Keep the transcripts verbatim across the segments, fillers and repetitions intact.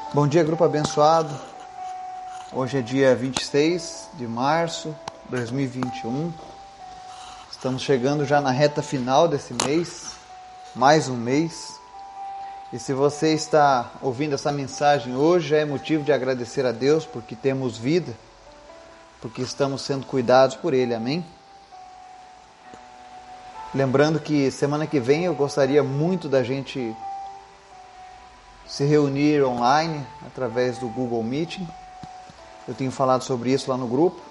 Bom dia, grupo abençoado. Hoje é dia vinte e seis de março de dois mil e vinte e um. Estamos chegando já na reta final desse mês, mais um mês. E se você está ouvindo essa mensagem hoje, já é motivo de agradecer a Deus porque temos vida, porque estamos sendo cuidados por Ele, amém? Lembrando que semana que vem eu gostaria muito da gente se reunir online através do Google Meeting. Eu tenho falado sobre isso lá no grupo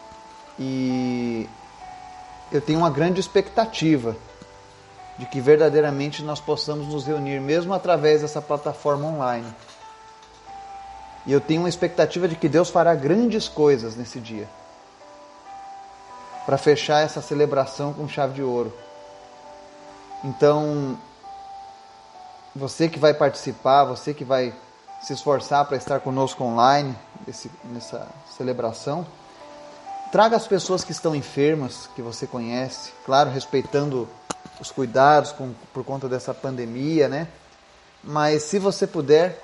e eu tenho uma grande expectativa de que verdadeiramente nós possamos nos reunir mesmo através dessa plataforma online. E eu tenho uma expectativa de que Deus fará grandes coisas nesse dia para fechar essa celebração com chave de ouro. Então, você que vai participar, você que vai se esforçar para estar conosco online nesse, nessa celebração, traga as pessoas que estão enfermas, que você conhece, claro, respeitando os cuidados com, por conta dessa pandemia, né? Mas se você puder,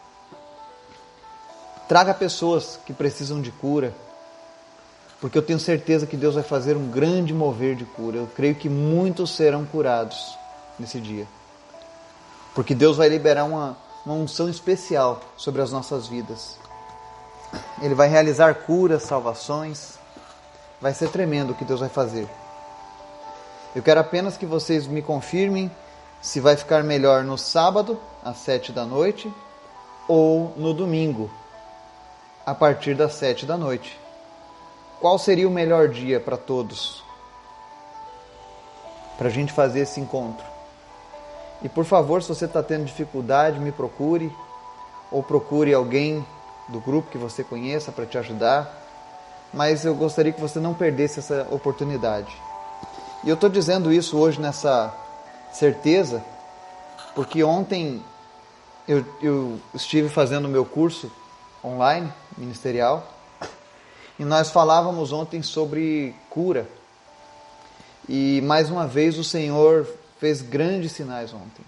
traga pessoas que precisam de cura, porque eu tenho certeza que Deus vai fazer um grande mover de cura. Eu creio que muitos serão curados nesse dia. Porque Deus vai liberar uma, uma unção especial sobre as nossas vidas. Ele vai realizar curas, salvações. Vai ser tremendo o que Deus vai fazer. Eu quero apenas que vocês me confirmem se vai ficar melhor no sábado, às sete da noite, ou no domingo, a partir das sete da noite. Qual seria o melhor dia para todos? Para a gente fazer esse encontro. E por favor, se você está tendo dificuldade, me procure, ou procure alguém do grupo que você conheça para te ajudar, mas eu gostaria que você não perdesse essa oportunidade. E eu estou dizendo isso hoje nessa certeza, porque ontem eu, eu estive fazendo o meu curso online, ministerial, e nós falávamos ontem sobre cura, e mais uma vez o Senhor fez grandes sinais ontem.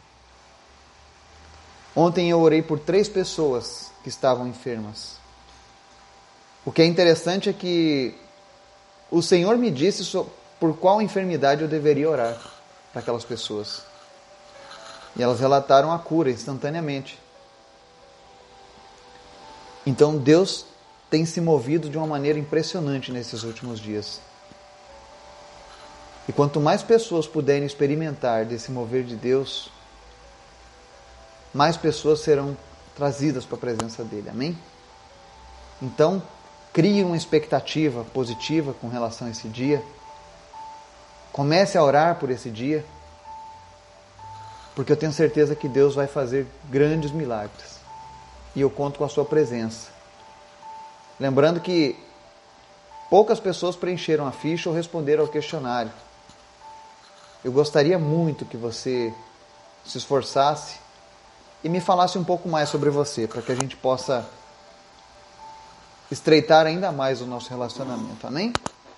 Ontem eu orei por três pessoas que estavam enfermas. O que é interessante é que o Senhor me disse por qual enfermidade eu deveria orar para aquelas pessoas. E elas relataram a cura instantaneamente. Então Deus tem se movido de uma maneira impressionante nesses últimos dias. E quanto mais pessoas puderem experimentar desse mover de Deus, mais pessoas serão trazidas para a presença dele. Amém? Então, crie uma expectativa positiva com relação a esse dia. Comece a orar por esse dia, porque eu tenho certeza que Deus vai fazer grandes milagres. E eu conto com a sua presença. Lembrando que poucas pessoas preencheram a ficha ou responderam ao questionário. Eu gostaria muito que você se esforçasse e me falasse um pouco mais sobre você, para que a gente possa estreitar ainda mais o nosso relacionamento. Amém?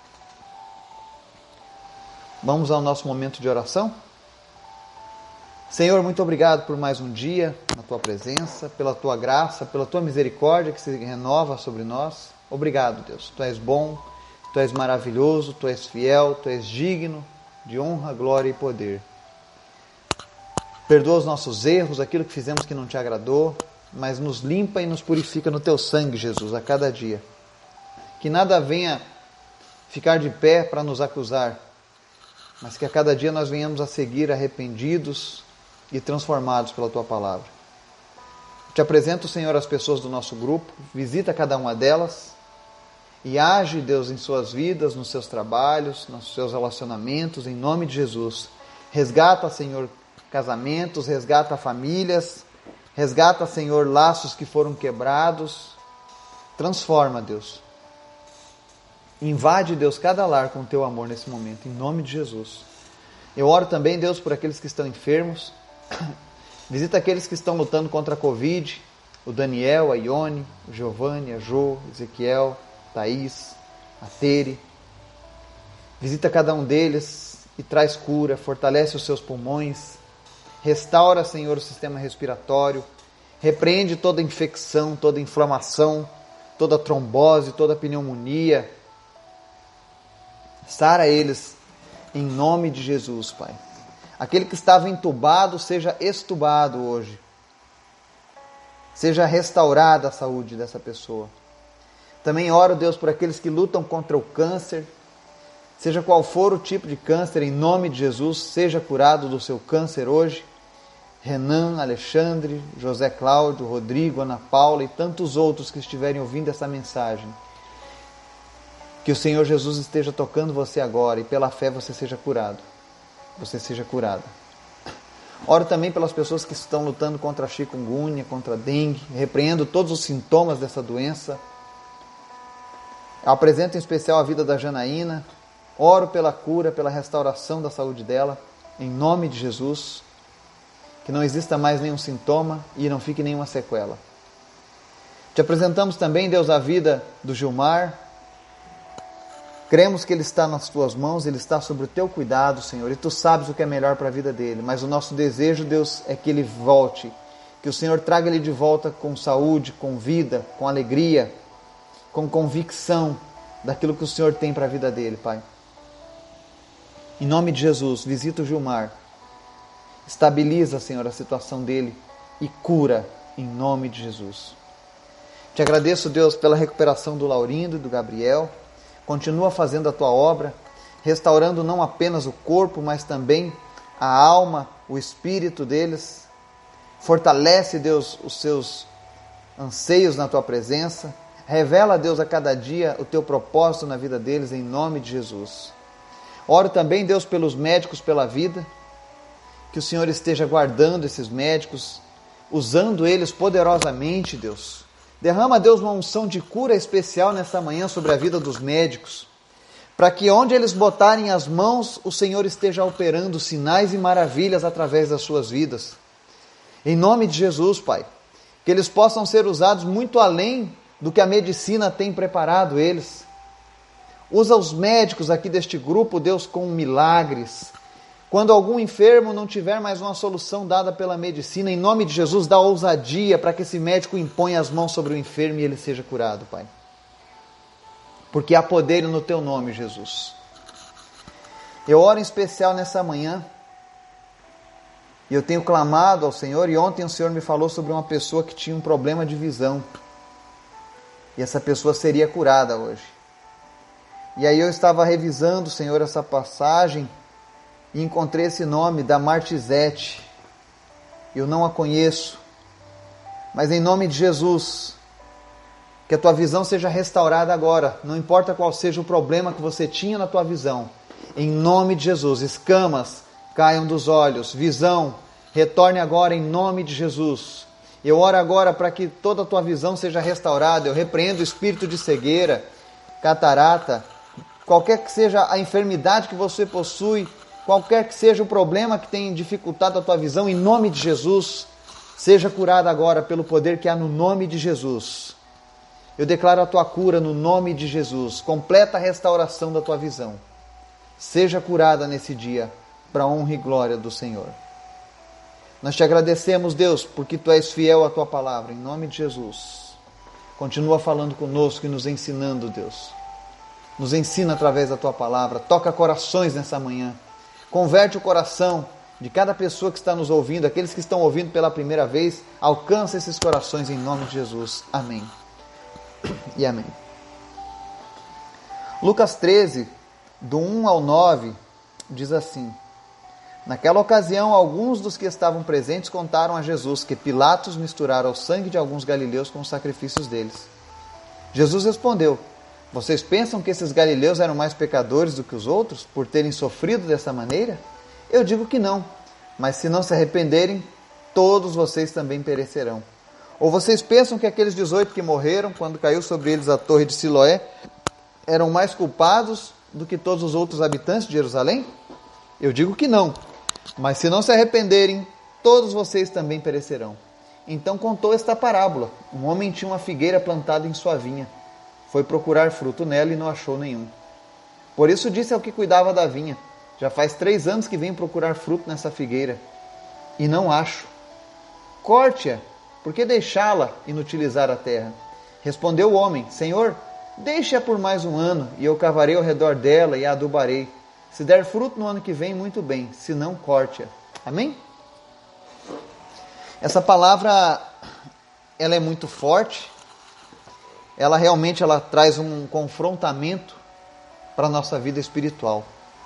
Vamos ao nosso momento de oração? Senhor, muito obrigado por mais um dia na Tua presença, pela Tua graça, pela Tua misericórdia que se renova sobre nós. Obrigado, Deus. Tu és bom, Tu és maravilhoso, Tu és fiel, Tu és digno de honra, glória e poder. Perdoa os nossos erros, aquilo que fizemos que não Te agradou, mas nos limpa e nos purifica no Teu sangue, Jesus, a cada dia. Que nada venha ficar de pé para nos acusar, mas que a cada dia nós venhamos a seguir arrependidos e transformados pela Tua palavra. Te apresento, Senhor, as pessoas do nosso grupo, visita cada uma delas, e age, Deus, em suas vidas, nos seus trabalhos, nos seus relacionamentos, em nome de Jesus. Resgata, Senhor, casamentos, resgata famílias, resgata, Senhor, laços que foram quebrados. Transforma, Deus. Invade, Deus, cada lar com o Teu amor nesse momento, em nome de Jesus. Eu oro também, Deus, por aqueles que estão enfermos. Visita aqueles que estão lutando contra a Covid, o Daniel, a Ione, o Giovanni, a Jo, Ezequiel, Thaís, a Tere. Visita cada um deles e traz cura, fortalece os seus pulmões, restaura, Senhor, o sistema respiratório, Repreende toda infecção, toda inflamação, toda trombose, toda pneumonia. Sara eles em nome de Jesus, Pai. Aquele que estava entubado, seja extubado hoje. Seja restaurada a saúde dessa pessoa. Também oro, Deus, por aqueles que lutam contra o câncer. Seja qual for o tipo de câncer, em nome de Jesus, seja curado do seu câncer hoje. Renan, Alexandre, José Cláudio, Rodrigo, Ana Paula e tantos outros que estiverem ouvindo essa mensagem. Que o Senhor Jesus esteja tocando você agora e pela fé você seja curado. Você seja curada. Oro também pelas pessoas que estão lutando contra a chikungunya, contra a dengue. Repreendo todos os sintomas dessa doença. Apresento em especial a vida da Janaína. Oro pela cura, pela restauração da saúde dela. Em nome de Jesus. Que não exista mais nenhum sintoma e não fique nenhuma sequela. Te apresentamos também, Deus, a vida do Gilmar. Cremos que ele está nas tuas mãos, ele está sob o teu cuidado, Senhor, e tu sabes o que é melhor para a vida dele. Mas o nosso desejo, Deus, é que ele volte, que o Senhor traga ele de volta com saúde, com vida, com alegria, com convicção daquilo que o Senhor tem para a vida dele, Pai. Em nome de Jesus, visita o Gilmar, estabiliza, Senhor, a situação dele e cura em nome de Jesus. Te agradeço, Deus, pela recuperação do Laurindo e do Gabriel. Continua fazendo a tua obra, restaurando não apenas o corpo, mas também a alma, o espírito deles. Fortalece, Deus, os seus anseios na tua presença. Revela, Deus, a cada dia o teu propósito na vida deles, em nome de Jesus. Oro também, Deus, pelos médicos pela vida, que o Senhor esteja guardando esses médicos, usando eles poderosamente, Deus. Derrama, Deus, uma unção de cura especial nessa manhã sobre a vida dos médicos, para que onde eles botarem as mãos, o Senhor esteja operando sinais e maravilhas através das suas vidas. Em nome de Jesus, Pai, que eles possam ser usados muito além do que a medicina tem preparado eles. Usa os médicos aqui deste grupo, Deus, com milagres. Quando algum enfermo não tiver mais uma solução dada pela medicina, em nome de Jesus, dá ousadia para que esse médico imponha as mãos sobre o enfermo e ele seja curado, Pai. Porque há poder no teu nome, Jesus. Eu oro em especial nessa manhã, e eu tenho clamado ao Senhor, e ontem o Senhor me falou sobre uma pessoa que tinha um problema de visão, e essa pessoa seria curada hoje. E aí eu estava revisando, Senhor, essa passagem, e encontrei esse nome da Martizete. Eu não a conheço, mas em nome de Jesus, que a tua visão seja restaurada agora, não importa qual seja o problema que você tinha na tua visão, em nome de Jesus, escamas caiam dos olhos, visão retorne agora em nome de Jesus. Eu oro agora para que toda a tua visão seja restaurada. Eu repreendo o espírito de cegueira, catarata, qualquer que seja a enfermidade que você possui, qualquer que seja o problema que tenha dificultado a tua visão, em nome de Jesus, seja curada agora pelo poder que há no nome de Jesus. Eu declaro a tua cura no nome de Jesus, completa restauração da tua visão. Seja curada nesse dia, para a honra e glória do Senhor. Nós te agradecemos, Deus, porque tu és fiel à tua palavra, em nome de Jesus. Continua falando conosco e nos ensinando, Deus. Nos ensina através da tua palavra, toca corações nessa manhã. Converte o coração de cada pessoa que está nos ouvindo, aqueles que estão ouvindo pela primeira vez, alcança esses corações em nome de Jesus. Amém. E amém. Lucas treze, do um ao nove, diz assim: Naquela ocasião, alguns dos que estavam presentes contaram a Jesus que Pilatos misturara o sangue de alguns galileus com os sacrifícios deles. Jesus respondeu: Vocês pensam que esses galileus eram mais pecadores do que os outros, por terem sofrido dessa maneira? Eu digo que não, mas se não se arrependerem, todos vocês também perecerão. Ou vocês pensam que aqueles dezoito que morreram, quando caiu sobre eles a torre de Siloé, eram mais culpados do que todos os outros habitantes de Jerusalém? Eu digo que não, mas se não se arrependerem, todos vocês também perecerão. Então contou esta parábola. Um homem tinha uma figueira plantada em sua vinha. Foi procurar fruto nela e não achou nenhum. Por isso disse ao que cuidava da vinha: Já faz três anos que venho procurar fruto nessa figueira, e não acho. Corte-a, por que deixá-la inutilizar a terra? Respondeu o homem: Senhor, deixe-a por mais um ano, e eu cavarei ao redor dela e a adubarei. Se der fruto no ano que vem, muito bem, se não, corte-a. Amém? Essa palavra, ela é muito forte, ela realmente ela traz um confrontamento para a nossa vida espiritual.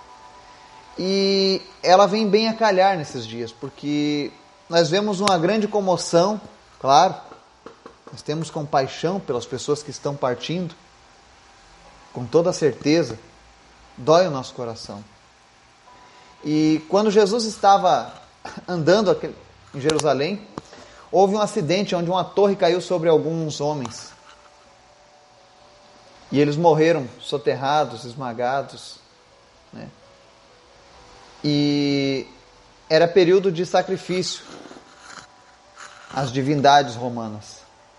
E ela vem bem a calhar nesses dias, porque nós vemos uma grande comoção, claro, nós temos compaixão pelas pessoas que estão partindo, com toda certeza, dói o nosso coração. E quando Jesus estava andando em Jerusalém, houve um acidente onde uma torre caiu sobre alguns homens. E eles morreram soterrados, esmagados, né? E era período de sacrifício às divindades romanas.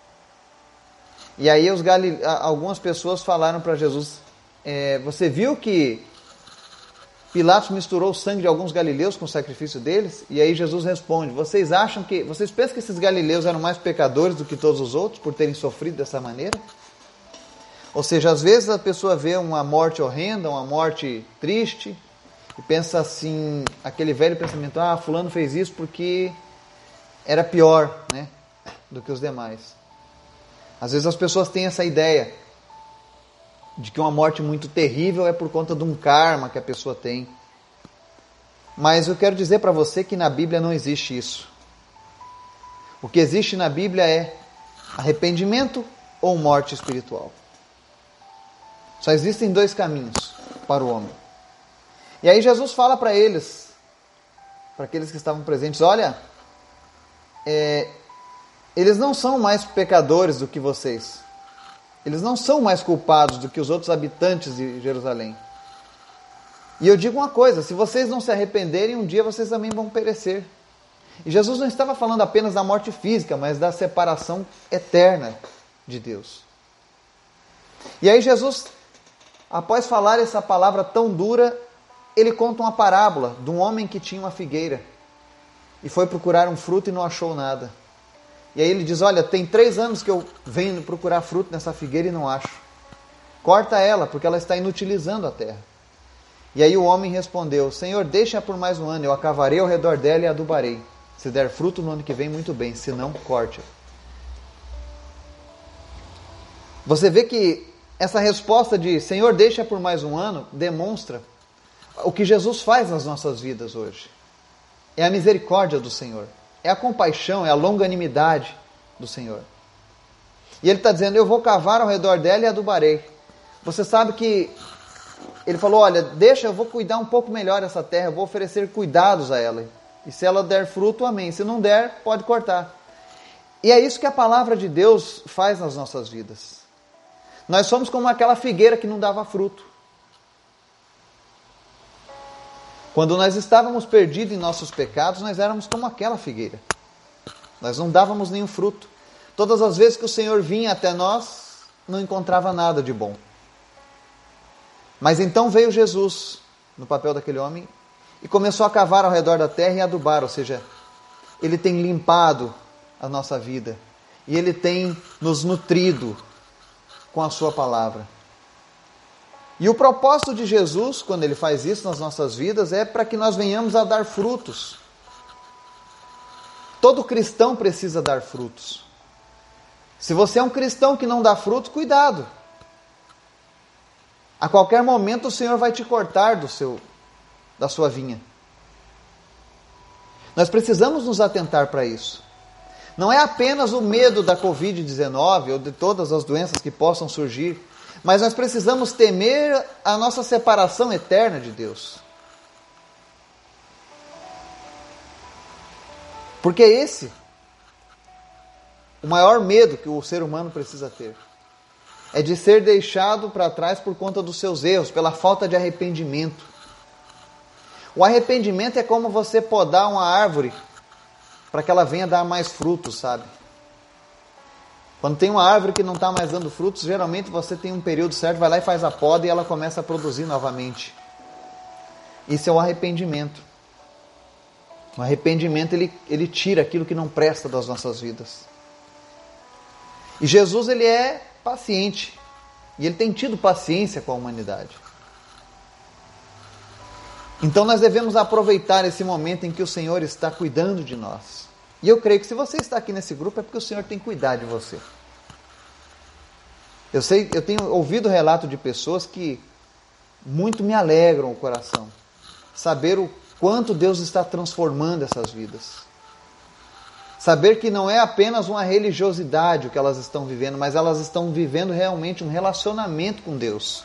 E aí os Galile... algumas pessoas falaram para Jesus, é, você viu que Pilatos misturou o sangue de alguns galileus com o sacrifício deles? E aí Jesus responde, vocês acham que, vocês pensam que esses galileus eram mais pecadores do que todos os outros por terem sofrido dessa maneira? Ou seja, às vezes a pessoa vê uma morte horrenda, uma morte triste, e pensa assim, aquele velho pensamento, ah, fulano fez isso porque era pior, né, do que os demais. Às vezes as pessoas têm essa ideia de que uma morte muito terrível é por conta de um karma que a pessoa tem. Mas eu quero dizer para você que na Bíblia não existe isso. O que existe na Bíblia é arrependimento ou morte espiritual. Só existem dois caminhos para o homem. E aí Jesus fala para eles, para aqueles que estavam presentes, olha, é, eles não são mais pecadores do que vocês. Eles não são mais culpados do que os outros habitantes de Jerusalém. E eu digo uma coisa, se vocês não se arrependerem, um dia vocês também vão perecer. E Jesus não estava falando apenas da morte física, mas da separação eterna de Deus. E aí Jesus, após falar essa palavra tão dura, ele conta uma parábola de um homem que tinha uma figueira e foi procurar um fruto e não achou nada. E aí ele diz, olha, tem três anos que eu venho procurar fruto nessa figueira e não acho. Corta ela, porque ela está inutilizando a terra. E aí o homem respondeu, Senhor, deixa-a por mais um ano, eu a cavarei ao redor dela e a adubarei. Se der fruto no ano que vem, muito bem, se não, corte-a. Você vê que essa resposta de Senhor, deixa por mais um ano, demonstra o que Jesus faz nas nossas vidas hoje. É a misericórdia do Senhor. É a compaixão, é a longanimidade do Senhor. E Ele está dizendo, eu vou cavar ao redor dela e adubarei. Você sabe que Ele falou, olha, deixa, eu vou cuidar um pouco melhor dessa terra, eu vou oferecer cuidados a ela. E se ela der fruto, amém. Se não der, pode cortar. E é isso que a palavra de Deus faz nas nossas vidas. Nós somos como aquela figueira que não dava fruto. Quando nós estávamos perdidos em nossos pecados, nós éramos como aquela figueira. Nós não dávamos nenhum fruto. Todas as vezes que o Senhor vinha até nós, não encontrava nada de bom. Mas então veio Jesus, no papel daquele homem, e começou a cavar ao redor da terra e adubar, ou seja, Ele tem limpado a nossa vida. E Ele tem nos nutrido com a sua palavra. E o propósito de Jesus, quando Ele faz isso nas nossas vidas, é para que nós venhamos a dar frutos. Todo cristão precisa dar frutos. Se você é um cristão que não dá frutos, cuidado. A qualquer momento o Senhor vai te cortar do seu, da sua vinha. Nós precisamos nos atentar para isso. Não é apenas o medo da covid dezenove ou de todas as doenças que possam surgir, mas nós precisamos temer a nossa separação eterna de Deus. Porque é esse o maior medo que o ser humano precisa ter. É de ser deixado para trás por conta dos seus erros, pela falta de arrependimento. O arrependimento é como você podar uma árvore para que ela venha dar mais frutos, sabe? Quando tem uma árvore que não está mais dando frutos, geralmente você tem um período certo, vai lá e faz a poda e ela começa a produzir novamente. Isso é o arrependimento. O arrependimento, ele, ele tira aquilo que não presta das nossas vidas. E Jesus, ele é paciente. E ele tem tido paciência com a humanidade. Então nós devemos aproveitar esse momento em que o Senhor está cuidando de nós. E eu creio que se você está aqui nesse grupo é porque o Senhor tem cuidado de você. Eu sei, eu tenho ouvido relato de pessoas que muito me alegram o coração. Saber o quanto Deus está transformando essas vidas. Saber que não é apenas uma religiosidade o que elas estão vivendo, mas elas estão vivendo realmente um relacionamento com Deus.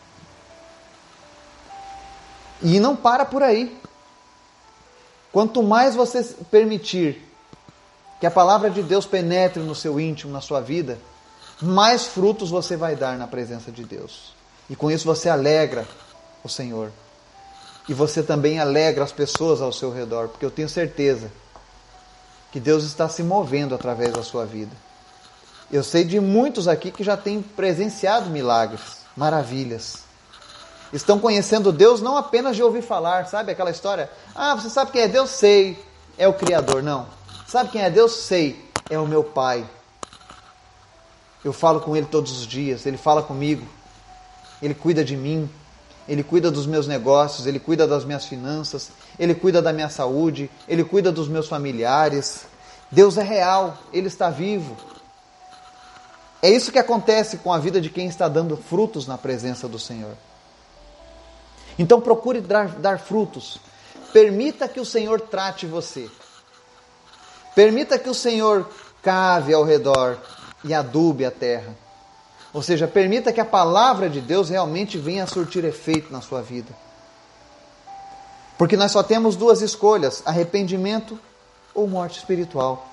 E não para por aí. Quanto mais você permitir que a palavra de Deus penetre no seu íntimo, na sua vida, mais frutos você vai dar na presença de Deus. E com isso você alegra o Senhor. E você também alegra as pessoas ao seu redor, porque eu tenho certeza que Deus está se movendo através da sua vida. Eu sei de muitos aqui que já têm presenciado milagres, maravilhas. Estão conhecendo Deus não apenas de ouvir falar, sabe aquela história? Ah, você sabe quem é Deus? Sei, é o Criador. Não. Sabe quem é Deus? Sei, é o meu Pai. Eu falo com Ele todos os dias, Ele fala comigo, Ele cuida de mim, Ele cuida dos meus negócios, Ele cuida das minhas finanças, Ele cuida da minha saúde, Ele cuida dos meus familiares. Deus é real, Ele está vivo. É isso que acontece com a vida de quem está dando frutos na presença do Senhor. Então procure dar, dar frutos. Permita que o Senhor trate você. Permita que o Senhor cave ao redor e adube a terra. Ou seja, permita que a palavra de Deus realmente venha a surtir efeito na sua vida. Porque nós só temos duas escolhas: arrependimento ou morte espiritual.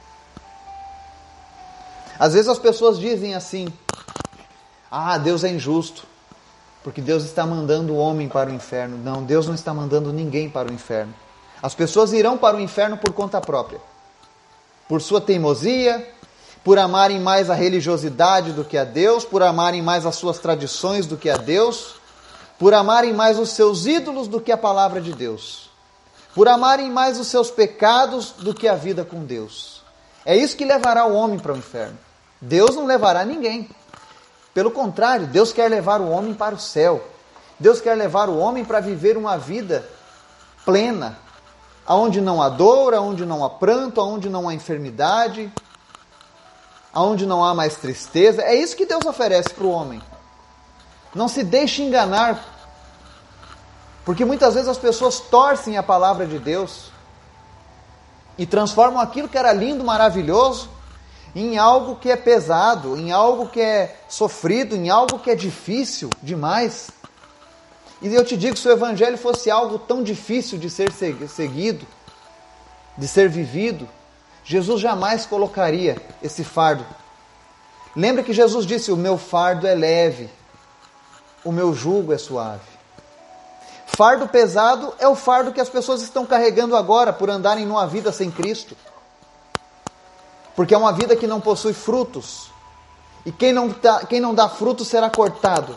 Às vezes as pessoas dizem assim: ah, Deus é injusto, porque Deus está mandando o homem para o inferno. Não, Deus não está mandando ninguém para o inferno. As pessoas irão para o inferno por conta própria. Por sua teimosia, por amarem mais a religiosidade do que a Deus, por amarem mais as suas tradições do que a Deus, por amarem mais os seus ídolos do que a palavra de Deus, por amarem mais os seus pecados do que a vida com Deus. É isso que levará o homem para o inferno. Deus não levará ninguém. Pelo contrário, Deus quer levar o homem para o céu. Deus quer levar o homem para viver uma vida plena, aonde não há dor, aonde não há pranto, aonde não há enfermidade, aonde não há mais tristeza. É isso que Deus oferece para o homem. Não se deixe enganar, porque muitas vezes as pessoas torcem a palavra de Deus e transformam aquilo que era lindo, maravilhoso, em algo que é pesado, em algo que é sofrido, em algo que é difícil demais. E eu te digo, se o Evangelho fosse algo tão difícil de ser seguido, de ser vivido, Jesus jamais colocaria esse fardo. Lembra que Jesus disse: o meu fardo é leve, o meu jugo é suave. Fardo pesado é o fardo que as pessoas estão carregando agora por andarem numa vida sem Cristo. Porque é uma vida que não possui frutos. E quem não, tá, quem não dá frutos será cortado.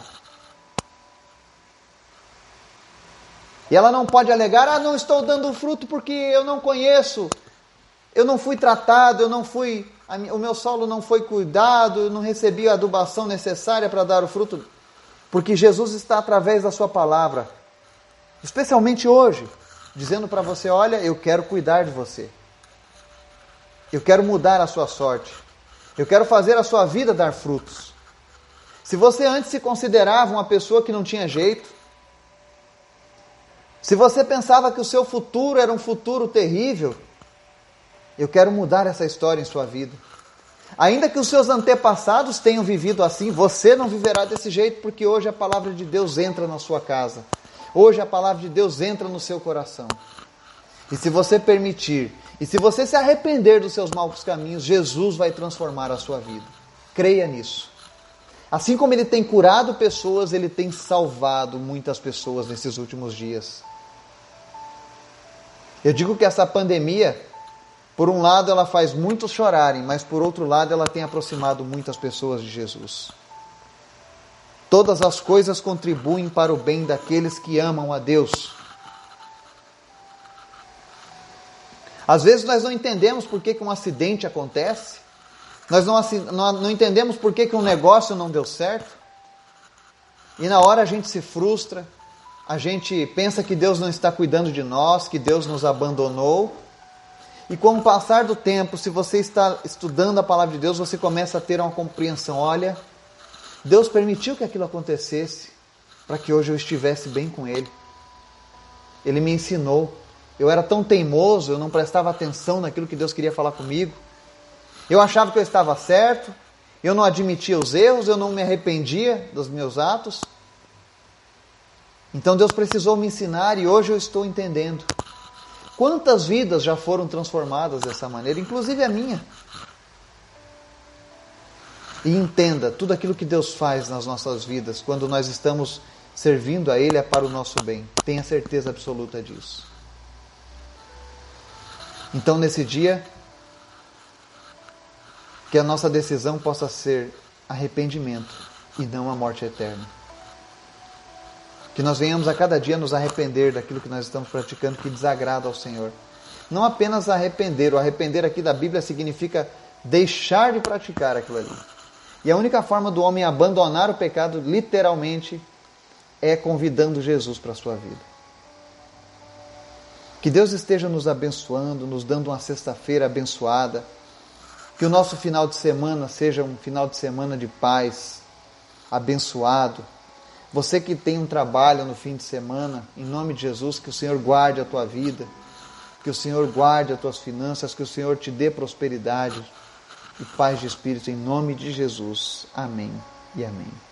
E ela não pode alegar: ah, não estou dando fruto porque eu não conheço, eu não fui tratado, eu não fui, o meu solo não foi cuidado, eu não recebi a adubação necessária para dar o fruto. Porque Jesus está através da sua palavra, especialmente hoje, dizendo para você: olha, eu quero cuidar de você. Eu quero mudar a sua sorte. Eu quero fazer a sua vida dar frutos. Se você antes se considerava uma pessoa que não tinha jeito, se você pensava que o seu futuro era um futuro terrível, eu quero mudar essa história em sua vida. Ainda que os seus antepassados tenham vivido assim, você não viverá desse jeito, porque hoje a palavra de Deus entra na sua casa. Hoje a palavra de Deus entra no seu coração. E se você permitir, e se você se arrepender dos seus maus caminhos, Jesus vai transformar a sua vida. Creia nisso. Assim como Ele tem curado pessoas, Ele tem salvado muitas pessoas nesses últimos dias. Eu digo que essa pandemia, por um lado ela faz muitos chorarem, mas por outro lado ela tem aproximado muitas pessoas de Jesus. Todas as coisas contribuem para o bem daqueles que amam a Deus. Às vezes nós não entendemos por que que um acidente acontece, Nós não, assim, não, não entendemos por que, que um negócio não deu certo. E na hora a gente se frustra, a gente pensa que Deus não está cuidando de nós, que Deus nos abandonou. E com o passar do tempo, se você está estudando a palavra de Deus, você começa a ter uma compreensão. Olha, Deus permitiu que aquilo acontecesse para que hoje eu estivesse bem com Ele. Ele me ensinou. Eu era tão teimoso, eu não prestava atenção naquilo que Deus queria falar comigo. Eu achava que eu estava certo, eu não admitia os erros, eu não me arrependia dos meus atos. Então Deus precisou me ensinar e hoje eu estou entendendo. Quantas vidas já foram transformadas dessa maneira, inclusive a minha. E entenda, tudo aquilo que Deus faz nas nossas vidas, quando nós estamos servindo a Ele, é para o nosso bem. Tenha certeza absoluta disso. Então, nesse dia, que a nossa decisão possa ser arrependimento e não a morte eterna. Que nós venhamos a cada dia nos arrepender daquilo que nós estamos praticando que desagrada ao Senhor. Não apenas arrepender, o arrepender aqui da Bíblia significa deixar de praticar aquilo ali. E a única forma do homem abandonar o pecado, literalmente, é convidando Jesus para a sua vida. Que Deus esteja nos abençoando, nos dando uma sexta-feira abençoada. Que o nosso final de semana seja um final de semana de paz, abençoado. Você que tem um trabalho no fim de semana, em nome de Jesus, que o Senhor guarde a tua vida, que o Senhor guarde as tuas finanças, que o Senhor te dê prosperidade e paz de espírito, em nome de Jesus. Amém e amém.